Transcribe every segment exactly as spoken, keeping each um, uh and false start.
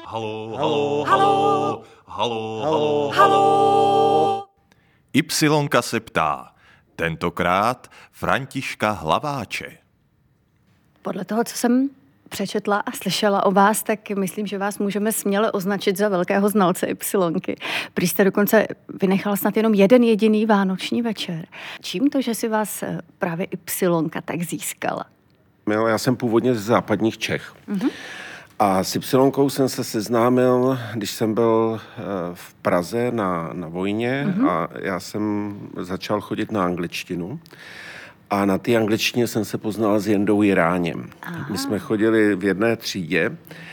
Halo, halo, halo, halo, halo, halo. Ypsilonka se ptá, tentokrát Františka Hlaváče. Podle toho, co jsem přečetla a slyšela o vás, tak myslím, že vás můžeme směle označit za velkého znalce Ypsilonky. Prý jste dokonce vynechal snad jenom jeden jediný vánoční večer. Čím to, že si vás právě Ypsilonka tak získala? Já jsem původně z západních Čech. Mm-hmm. A s Ypsilonkou jsem se seznámil, když jsem byl v Praze na, na vojně mm-hmm. a já jsem začal chodit na angličtinu. A na té angličtině jsem se poznal s Jendou Jiráněm. Aha. My jsme chodili v jedné třídě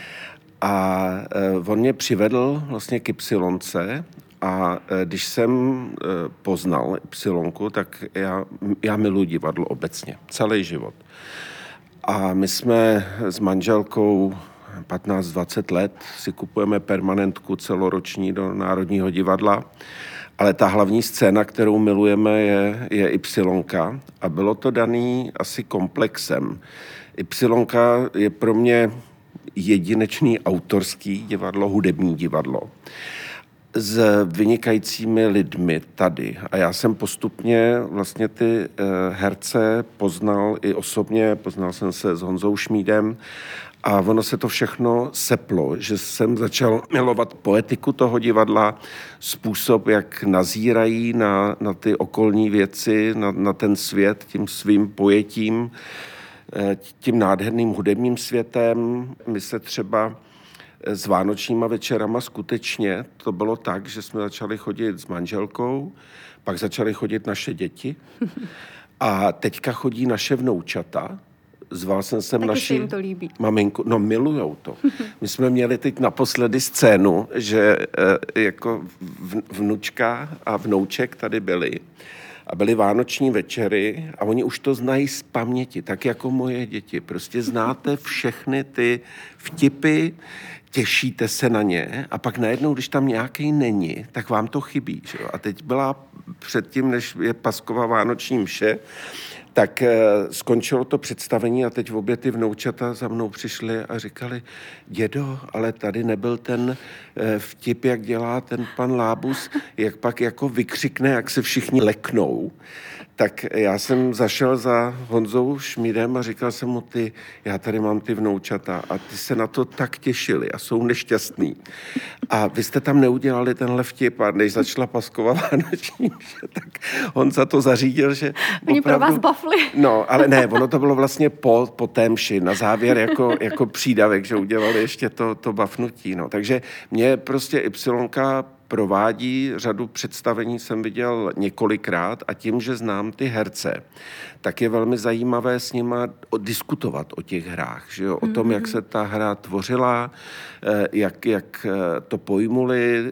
a on mě přivedl vlastně k Ypsilonce a když jsem poznal Ypsilonku, tak já, já miluji divadlo obecně, celý život. A my jsme s manželkou patnáct dvacet let si kupujeme permanentku celoroční do Národního divadla, ale ta hlavní scéna, kterou milujeme, je, je Ypsilonka a bylo to daný asi komplexem. Ypsilonka je pro mě jedinečný autorský divadlo, hudební divadlo s vynikajícími lidmi tady. A já jsem postupně vlastně ty herce poznal i osobně, poznal jsem se s Honzou Šmídem a ono se to všechno seplo, že jsem začal milovat poetiku toho divadla, způsob, jak nazírají na, na ty okolní věci, na, na ten svět tím svým pojetím, tím nádherným hudebním světem. My se třeba s vánočníma večerama skutečně to bylo tak, že jsme začali chodit s manželkou, pak začaly chodit naše děti a teďka chodí naše vnoučata. Zval jsem sem taky naši jim to líbí. Maminku. No, milujou to. My jsme měli teď naposledy scénu, že e, jako vnučka a vnouček tady byli a byly vánoční večery a oni už to znají z paměti, tak jako moje děti. Prostě znáte všechny ty vtipy, těšíte se na ně a pak najednou, když tam nějaký není, tak vám to chybí. Že jo? A teď byla předtím, než je Paskova vánoční mše, tak e, skončilo to představení a teď obě ty vnoučata za mnou přišly a říkali, dědo, ale tady nebyl ten e, vtip, jak dělá ten pan Lábus, jak pak jako vykřikne, jak se všichni leknou. Tak já jsem zašel za Honzou Šmídem a říkal jsem mu, ty, já tady mám ty vnoučata a ty se na to tak těšili a jsou nešťastní. A vy jste tam neudělali tenhle vtip a než začala Paskova vánoční, tak Honza to zařídil, že oni opravdu, pro vás bafli. No, ale ne, ono to bylo vlastně po, po té mši, na závěr jako, jako přídavek, že udělali ještě to, to bafnutí. No. Takže mě prostě Ypsilonka provádí, řadu představení jsem viděl několikrát a tím, že znám ty herce, tak je velmi zajímavé s nima diskutovat o těch hrách, že jo? O tom, jak se ta hra tvořila, jak, jak to pojmuli,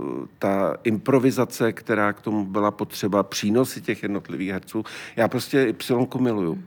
ta improvizace, která k tomu byla potřeba, přínosy těch jednotlivých herců. Já prostě Ypsilonku miluju.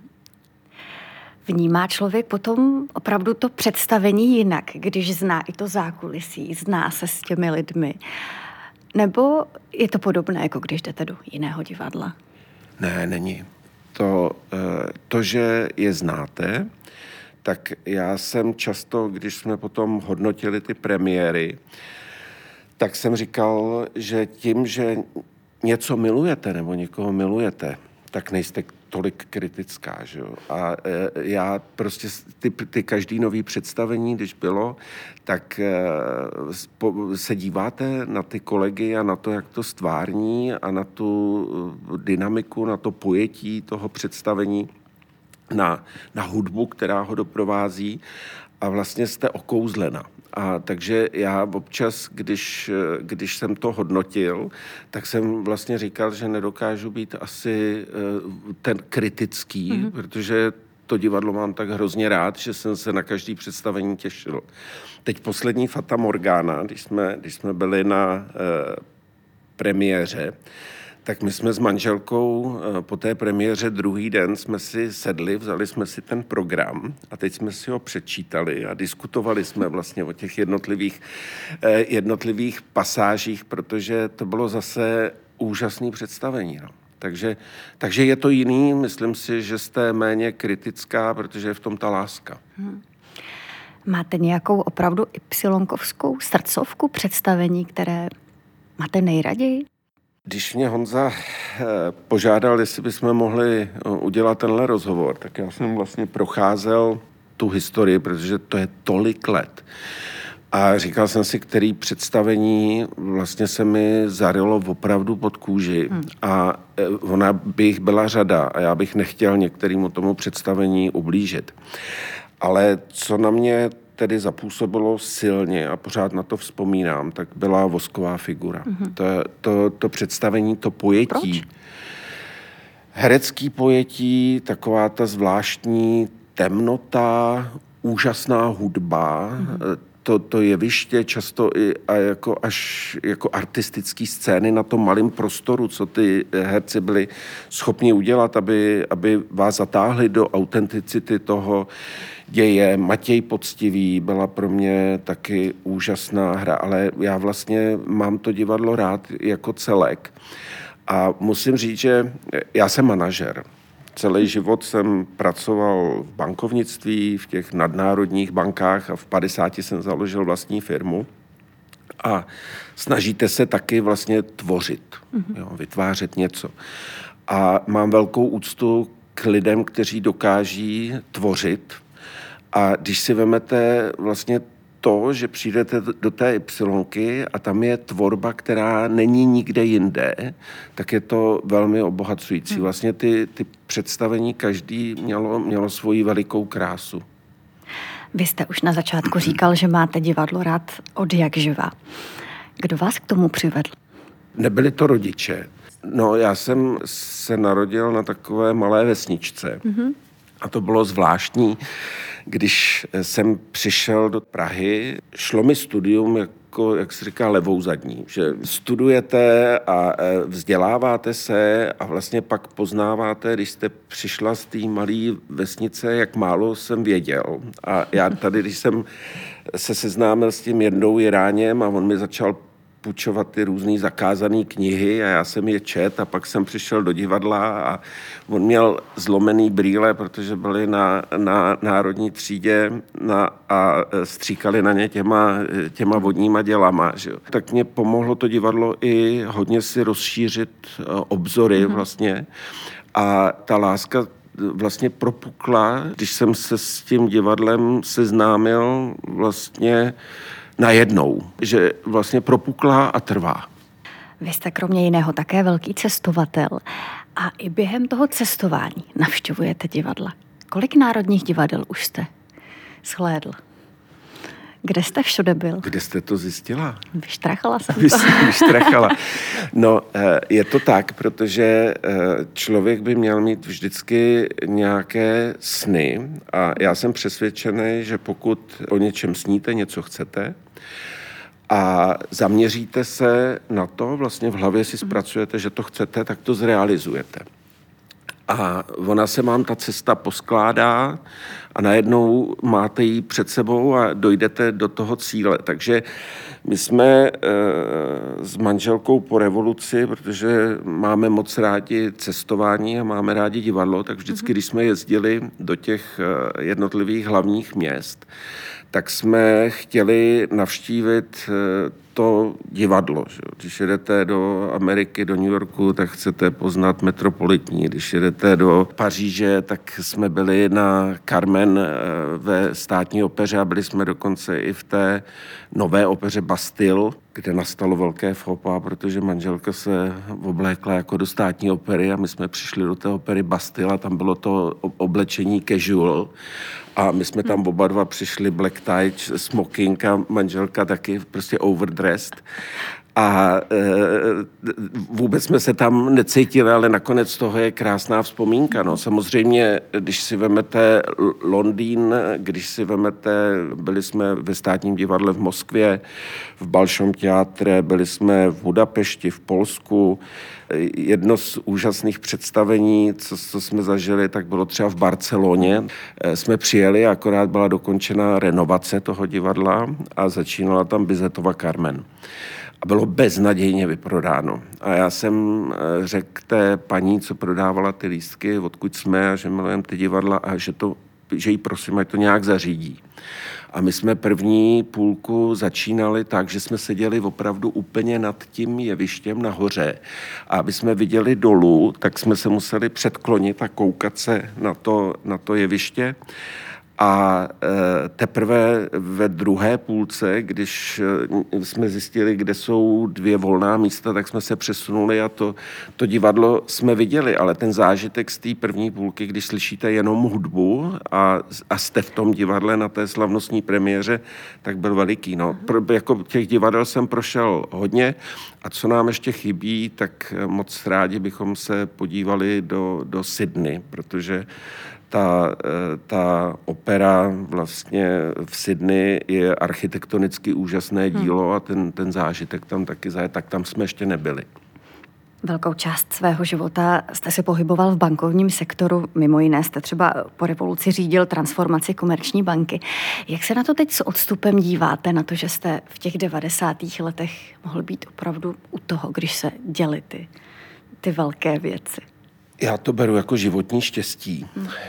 Vnímá člověk potom opravdu to představení jinak, když zná i to zákulisí, zná se s těmi lidmi? Nebo je to podobné, jako když jdete do jiného divadla? Ne, není. To, to, že je znáte, tak já jsem často, když jsme potom hodnotili ty premiéry, tak jsem říkal, že tím, že něco milujete nebo někoho milujete, tak nejste tolik kritická, že jo. A e, já prostě ty, ty každý nový představení, když bylo, tak e, po, se díváte na ty kolegy a na to, jak to stvární a na tu dynamiku, na to pojetí toho představení, na, na hudbu, která ho doprovází a vlastně jste okouzlena. A takže já občas, když, když jsem to hodnotil, tak jsem vlastně říkal, že nedokážu být asi ten kritický, mm-hmm. protože to divadlo mám tak hrozně rád, že jsem se na každý představení těšil. Teď poslední Fata Morgana, když jsme, když jsme byli na eh, premiéře, tak my jsme s manželkou po té premiéře druhý den jsme si sedli, vzali jsme si ten program a teď jsme si ho přečítali a diskutovali jsme vlastně o těch jednotlivých, jednotlivých pasážích, protože to bylo zase úžasné představení. No. Takže, takže je to jiný, myslím si, že jste méně kritická, protože je v tom ta láska. Hmm. Máte nějakou opravdu ypsilonkovskou srdcovku představení, které máte nejraději? Když mě Honza požádal, jestli bychom mohli udělat tenhle rozhovor, tak já jsem vlastně procházel tu historii, protože to je tolik let. A říkal jsem si, který představení vlastně se mi zarylo opravdu pod kůži. Hmm. A ona bych byla řada a já bych nechtěl některému tomu představení ublížit. Ale co na mě tedy zapůsobilo silně a pořád na to vzpomínám, tak byla Vosková figura. Mm-hmm. To, to, to představení, to pojetí. Proč? Herecký pojetí, taková ta zvláštní temnota, úžasná hudba, mm-hmm. to, to jeviště často i a jako až jako artistické scény na tom malém prostoru, co ty herci byli schopni udělat, aby, aby vás zatáhli do autenticity toho děje. Matěj Poctivý byla pro mě taky úžasná hra, ale já vlastně mám to divadlo rád jako celek. A musím říct, že já jsem manažer. Celý život jsem pracoval v bankovnictví, v těch nadnárodních bankách a v padesáti jsem založil vlastní firmu. A snažíte se taky vlastně tvořit, mm-hmm. jo, vytvářet něco. A mám velkou úctu k lidem, kteří dokáží tvořit. A když si vemete vlastně to, že přijdete do té Ypsilonky a tam je tvorba, která není nikde jinde, tak je to velmi obohacující. Hmm. Vlastně ty, ty představení každý mělo, mělo svoji velikou krásu. Vy jste už na začátku říkal, že máte divadlo rád od jak živa. Kdo vás k tomu přivedl? Nebyli to rodiče. No, já jsem se narodil na takové malé vesničce. Mm-hmm. A to bylo zvláštní, když jsem přišel do Prahy, šlo mi studium jako, jak se říká, levou zadní, že studujete a vzděláváte se a vlastně pak poznáváte, když jste přišla z té malé vesnice, jak málo jsem věděl. A já tady, když jsem se seznámil s tím Jendou Jiráněm a on mi začal půjčovat ty různý zakázané knihy a já jsem je čet a pak jsem přišel do divadla a on měl zlomený brýle, protože byli na, na národní třídě na, a stříkali na ně těma, těma vodníma dělama. Že jo. Tak mě pomohlo to divadlo i hodně si rozšířit obzory mm-hmm. vlastně a ta láska vlastně propukla, když jsem se s tím divadlem seznámil vlastně najednou, že vlastně propukla a trvá. Vy jste kromě jiného také velký cestovatel a i během toho cestování navštěvujete divadla. Kolik národních divadel už jste shlédl? Kde jste všude byl? Kde jste to zjistila? Vyštrachala jsem Vy to. Vyštrachala. No, je to tak, protože člověk by měl mít vždycky nějaké sny a já jsem přesvědčený, že pokud o něčem sníte, něco chcete a zaměříte se na to, vlastně v hlavě si zpracujete, že to chcete, tak to zrealizujete. A ona se vám ta cesta poskládá a najednou máte ji před sebou a dojdete do toho cíle. Takže my jsme e, s manželkou po revoluci, protože máme moc rádi cestování a máme rádi divadlo, tak vždycky, když jsme jezdili do těch jednotlivých hlavních měst, tak jsme chtěli navštívit to divadlo. Že? Když jedete do Ameriky, do New Yorku, tak chcete poznat Metropolitní. Když jedete do Paříže, tak jsme byli na Carmen ve státní opeře a byli jsme dokonce i v té nové opeře Bastille, kde nastalo velké faux, protože manželka se oblékla jako do státní opery a my jsme přišli do té opery Bastille a tam bylo to oblečení casual. A my jsme tam oba dva přišli black tie, smoking a manželka taky prostě overdressed. A e, vůbec jsme se tam necítili, ale nakonec toho je krásná vzpomínka. No. Samozřejmě, když si vemete Londýn, když si vemete, byli jsme ve státním divadle v Moskvě, v Balšom teátře, byli jsme v Budapešti, v Polsku. Jedno z úžasných představení, co, co jsme zažili, tak bylo třeba v Barceloně. Jsme přijeli, akorát byla dokončena renovace toho divadla a začínala tam Bizetova Carmen. A bylo beznadějně vyprodáno. A já jsem řekl té paní, co prodávala ty lístky, odkud jsme a že milujeme ty divadla a že to že jí prosím, ať to nějak zařídí. A my jsme první půlku začínali tak, že jsme seděli opravdu úplně nad tím jevištěm nahoře. A aby jsme viděli dolů, tak jsme se museli předklonit a koukat se na to, na to jeviště. A teprve ve druhé půlce, když jsme zjistili, kde jsou dvě volná místa, tak jsme se přesunuli a to, to divadlo jsme viděli. Ale ten zážitek z té první půlky, když slyšíte jenom hudbu a, a jste v tom divadle na té slavnostní premiéře, tak byl veliký. No. Pro, jako těch divadel jsem prošel hodně a co nám ještě chybí, tak moc rádi bychom se podívali do, do Sydney, protože Ta, ta opera vlastně v Sydney je architektonicky úžasné dílo hmm. a ten, ten zážitek tam taky zaje, tak tam jsme ještě nebyli. Velkou část svého života jste se pohyboval v bankovním sektoru, mimo jiné jste třeba po revoluci řídil transformaci Komerční banky. Jak se na to teď s odstupem díváte, na to, že jste v těch devadesátých letech mohl být opravdu u toho, když se děly ty, ty velké věci? Já to beru jako životní štěstí.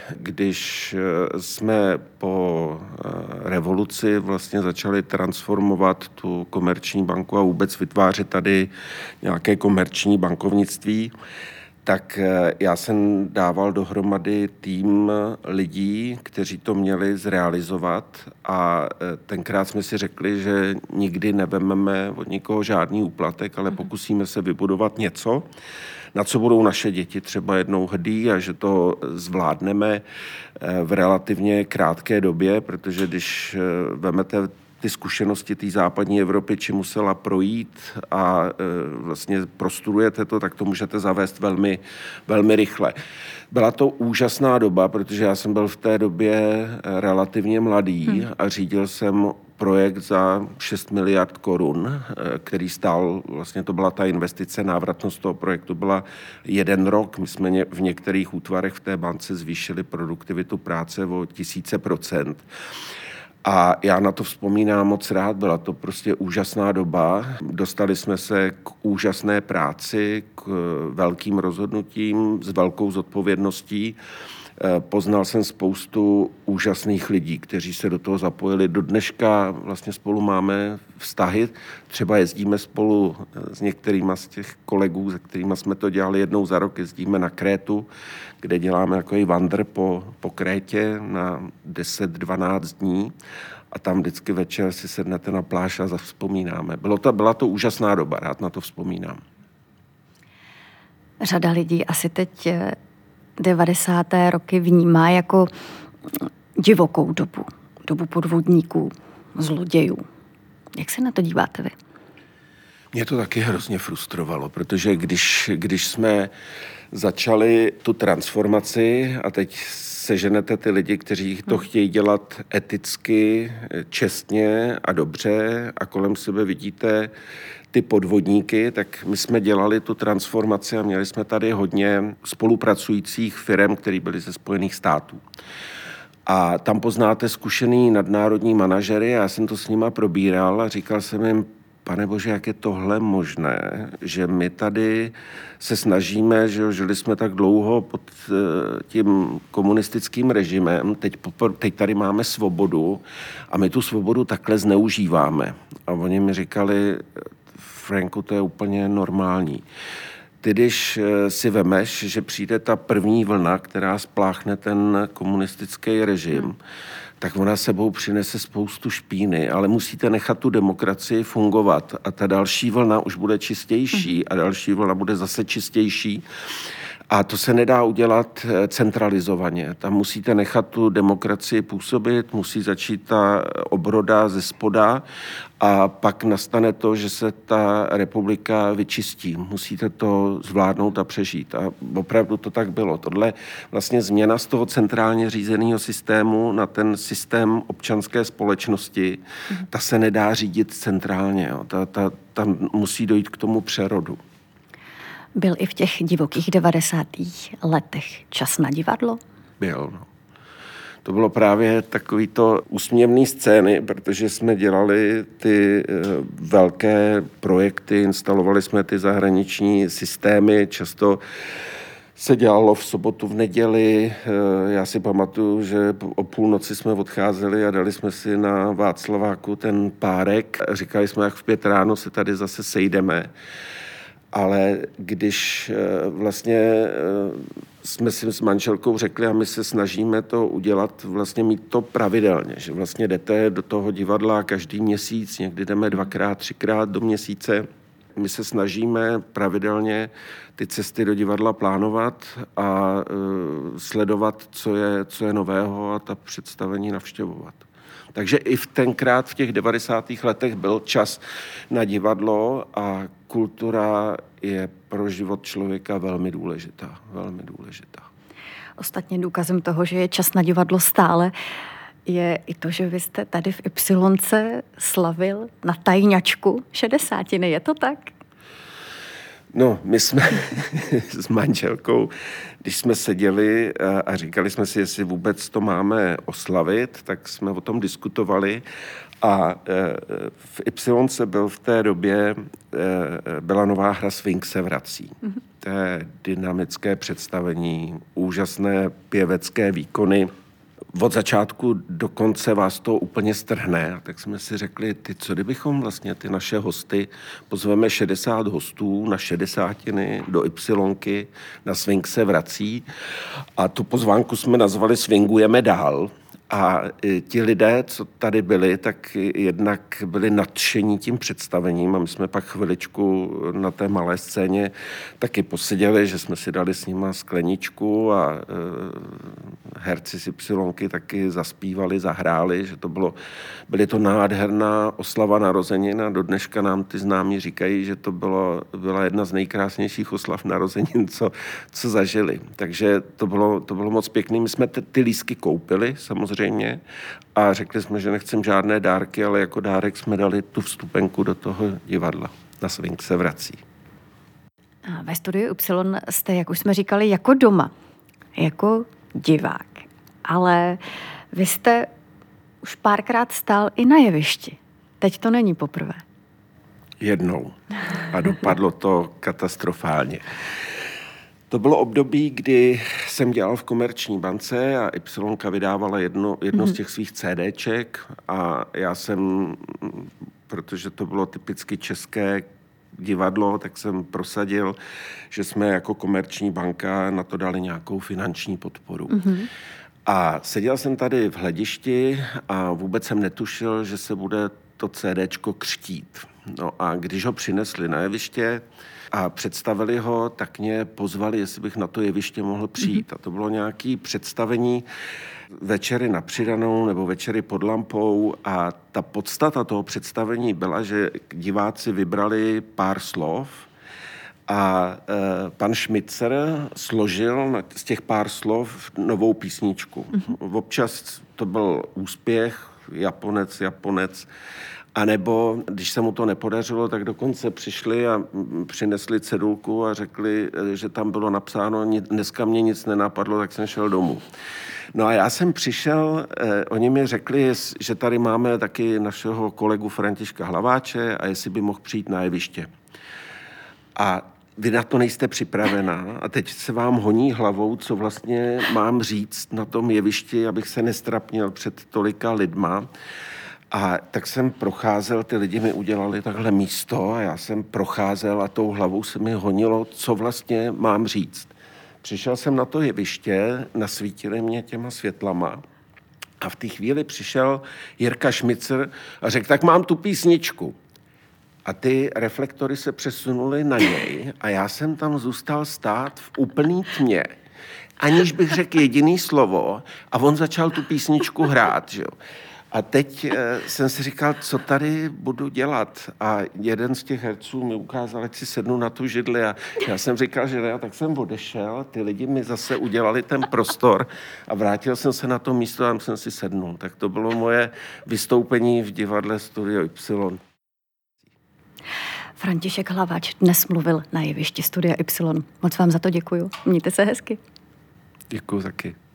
Když jsme po revoluci vlastně začali transformovat tu Komerční banku a vůbec vytvářet tady nějaké komerční bankovnictví, tak já jsem dával dohromady tým lidí, kteří to měli zrealizovat a tenkrát jsme si řekli, že nikdy nevememe od nikoho žádný úplatek, ale pokusíme se vybudovat něco, na co budou naše děti třeba jednou hrdí a že to zvládneme v relativně krátké době, protože když vemete ty zkušenosti té západní Evropy, či musela projít a vlastně prostudujete to, tak to můžete zavést velmi, velmi rychle. Byla to úžasná doba, protože já jsem byl v té době relativně mladý hmm. a řídil jsem projekt za šest miliard korun, který stál, vlastně to byla ta investice, návratnost toho projektu byla jeden rok. My jsme v některých útvarech v té bance zvýšili produktivitu práce o tisíce procent. A já na to vzpomínám moc rád, byla to prostě úžasná doba. Dostali jsme se k úžasné práci, k velkým rozhodnutím, s velkou zodpovědností. Poznal jsem spoustu úžasných lidí, kteří se do toho zapojili. Do dneška vlastně spolu máme vztahy. Třeba jezdíme spolu s některýma z těch kolegů, se kterými jsme to dělali jednou za rok. Jezdíme na Krétu, kde děláme takový vandr po, po Krétě na deset dvanáct dní. A tam vždycky večer si sednete na pláž a zavzpomínáme. Bylo to, byla to úžasná doba, rád na to vzpomínám. Řada lidí asi teď devadesáté roky vnímá jako divokou dobu. Dobu podvodníků, zlodějů. Jak se na to díváte vy? Mě to taky hrozně frustrovalo, protože když, když jsme začali tu transformaci a teď seženete ty lidi, kteří to chtějí dělat eticky, čestně a dobře a kolem sebe vidíte ty podvodníky, tak my jsme dělali tu transformaci a měli jsme tady hodně spolupracujících firem, které byly ze Spojených států. A tam poznáte zkušený nadnárodní manažery, já jsem to s nima probíral a říkal jsem jim, pane bože, jak je tohle možné, že my tady se snažíme, že žili jsme tak dlouho pod tím komunistickým režimem, teď, teď tady máme svobodu a my tu svobodu takhle zneužíváme. A oni mi říkali, Franku, to je úplně normální. Ty, když si vemeš, že přijde ta první vlna, která spláchne ten komunistický režim, hmm. tak ona sebou přinese spoustu špíny, ale musíte nechat tu demokracii fungovat a ta další vlna už bude čistější a další vlna bude zase čistější. A to se nedá udělat centralizovaně. Tam musíte nechat tu demokracii působit, musí začít ta obroda ze spoda a pak nastane to, že se ta republika vyčistí. Musíte to zvládnout a přežít. A opravdu to tak bylo. Tohle vlastně změna z toho centrálně řízeného systému na ten systém občanské společnosti, ta se nedá řídit centrálně. Jo. Ta, ta, tam musí dojít k tomu přerodu. Byl i v těch divokých devadesátých letech čas na divadlo? Byl, no. To bylo právě takovýto úsměvný scény, protože jsme dělali ty velké projekty, instalovali jsme ty zahraniční systémy, často se dělalo v sobotu, v neděli. Já si pamatuju, že o půlnoci jsme odcházeli a dali jsme si na Václaváku ten párek. Říkali jsme, jak v pět ráno se tady zase sejdeme. Ale když vlastně jsme si s manželkou řekli a my se snažíme to udělat, vlastně mít to pravidelně, že vlastně jdete do toho divadla každý měsíc, někdy jdeme dvakrát, třikrát do měsíce. My se snažíme pravidelně ty cesty do divadla plánovat a uh, sledovat, co je, co je nového a ta představení navštěvovat. Takže i v tenkrát v těch devadesátých letech byl čas na divadlo a kultura je pro život člověka velmi důležitá. Velmi důležitá. Ostatně důkazem toho, že je čas na divadlo stále, je i to, že vy jste tady v Ypsilonce slavil na tajňačku šedesátiny. Je to tak? No, my jsme s manželkou, když jsme seděli a říkali jsme si, jestli vůbec to máme oslavit, tak jsme o tom diskutovali a v Ypsilonce byl v té době, byla nová hra Swing se vrací. Mm-hmm. To je dynamické představení, úžasné pěvecké výkony. Od začátku do konce vás to úplně strhne. A tak jsme si řekli, ty, co kdybychom vlastně ty naše hosty, pozveme šedesát hostů na šedesátiny do Ypsilonky, na Swing se vrací. A tu pozvánku jsme nazvali Swingujeme dál. A ti lidé, co tady byli, tak jednak byli nadšení tím představením a my jsme pak chviličku na té malé scéně taky poseděli, že jsme si dali s nima skleničku a e, herci z Ypsilonky taky zaspívali, zahráli, že to bylo, byly to nádherná oslava narozenin a do dneška nám ty známí říkají, že to bylo, byla jedna z nejkrásnějších oslav narozenin, co, co zažili. Takže to bylo, to bylo moc pěkný. My jsme ty, ty lístky koupili, samozřejmě, a řekli jsme, že nechceme žádné dárky, ale jako dárek jsme dali tu vstupenku do toho divadla. Na Swing se vrací. A ve studiu Y jste, jak už jsme říkali, jako doma, jako divák. Ale vy jste už párkrát stál i na jevišti. Teď to není poprvé. Jednou. A dopadlo to katastrofálně. To bylo období, kdy jsem dělal v Komerční bance a Ypsilonka vydávala jedno, jedno mm-hmm. z těch svých CDček a já jsem, protože to bylo typicky české divadlo, tak jsem prosadil, že jsme jako Komerční banka na to dali nějakou finanční podporu. Mm-hmm. A seděl jsem tady v hledišti a vůbec jsem netušil, že se bude to CDčko křtít. No a když ho přinesli na jeviště a představili ho, tak mě pozvali, jestli bych na to jeviště mohl přijít. Mm-hmm. A to bylo nějaké představení večery na přidanou nebo večery pod lampou a ta podstata toho představení byla, že diváci vybrali pár slov a e, pan Šmicer složil z těch pár slov novou písničku. Mm-hmm. Občas to byl úspěch, Japonec, Japonec, a nebo, když se mu to nepodařilo, tak dokonce přišli a přinesli cedulku a řekli, že tam bylo napsáno, dneska mě nic nenapadlo, tak jsem šel domů. No a já jsem přišel, eh, oni mi řekli, že tady máme taky našeho kolegu Františka Hlaváče a jestli by mohl přijít na jeviště. A vy na to nejste připravená a teď se vám honí hlavou, co vlastně mám říct na tom jevišti, abych se nestrapnil před tolika lidma. A tak jsem procházel, ty lidi mi udělali takhle místo a já jsem procházel a tou hlavou se mi honilo, co vlastně mám říct. Přišel jsem na to jeviště, nasvítili mě těma světlama a v té chvíli přišel Jirka Šmicer a řekl, tak mám tu písničku. A ty reflektory se přesunuly na něj a já jsem tam zůstal stát v úplný tmě, aniž bych řekl jediný slovo a on začal tu písničku hrát, že jo. A teď e, jsem si říkal, co tady budu dělat. A jeden z těch herců mi ukázal, ať si sednu na tu židli. A já jsem říkal, že ne, tak jsem odešel. Ty lidi mi zase udělali ten prostor a vrátil jsem se na to místo a tam jsem si sednul. Tak to bylo moje vystoupení v divadle Studio Y. František Hlaváč dnes mluvil na jevišti Studia Y. Moc vám za to děkuju. Mějte se hezky. Děkuju taky.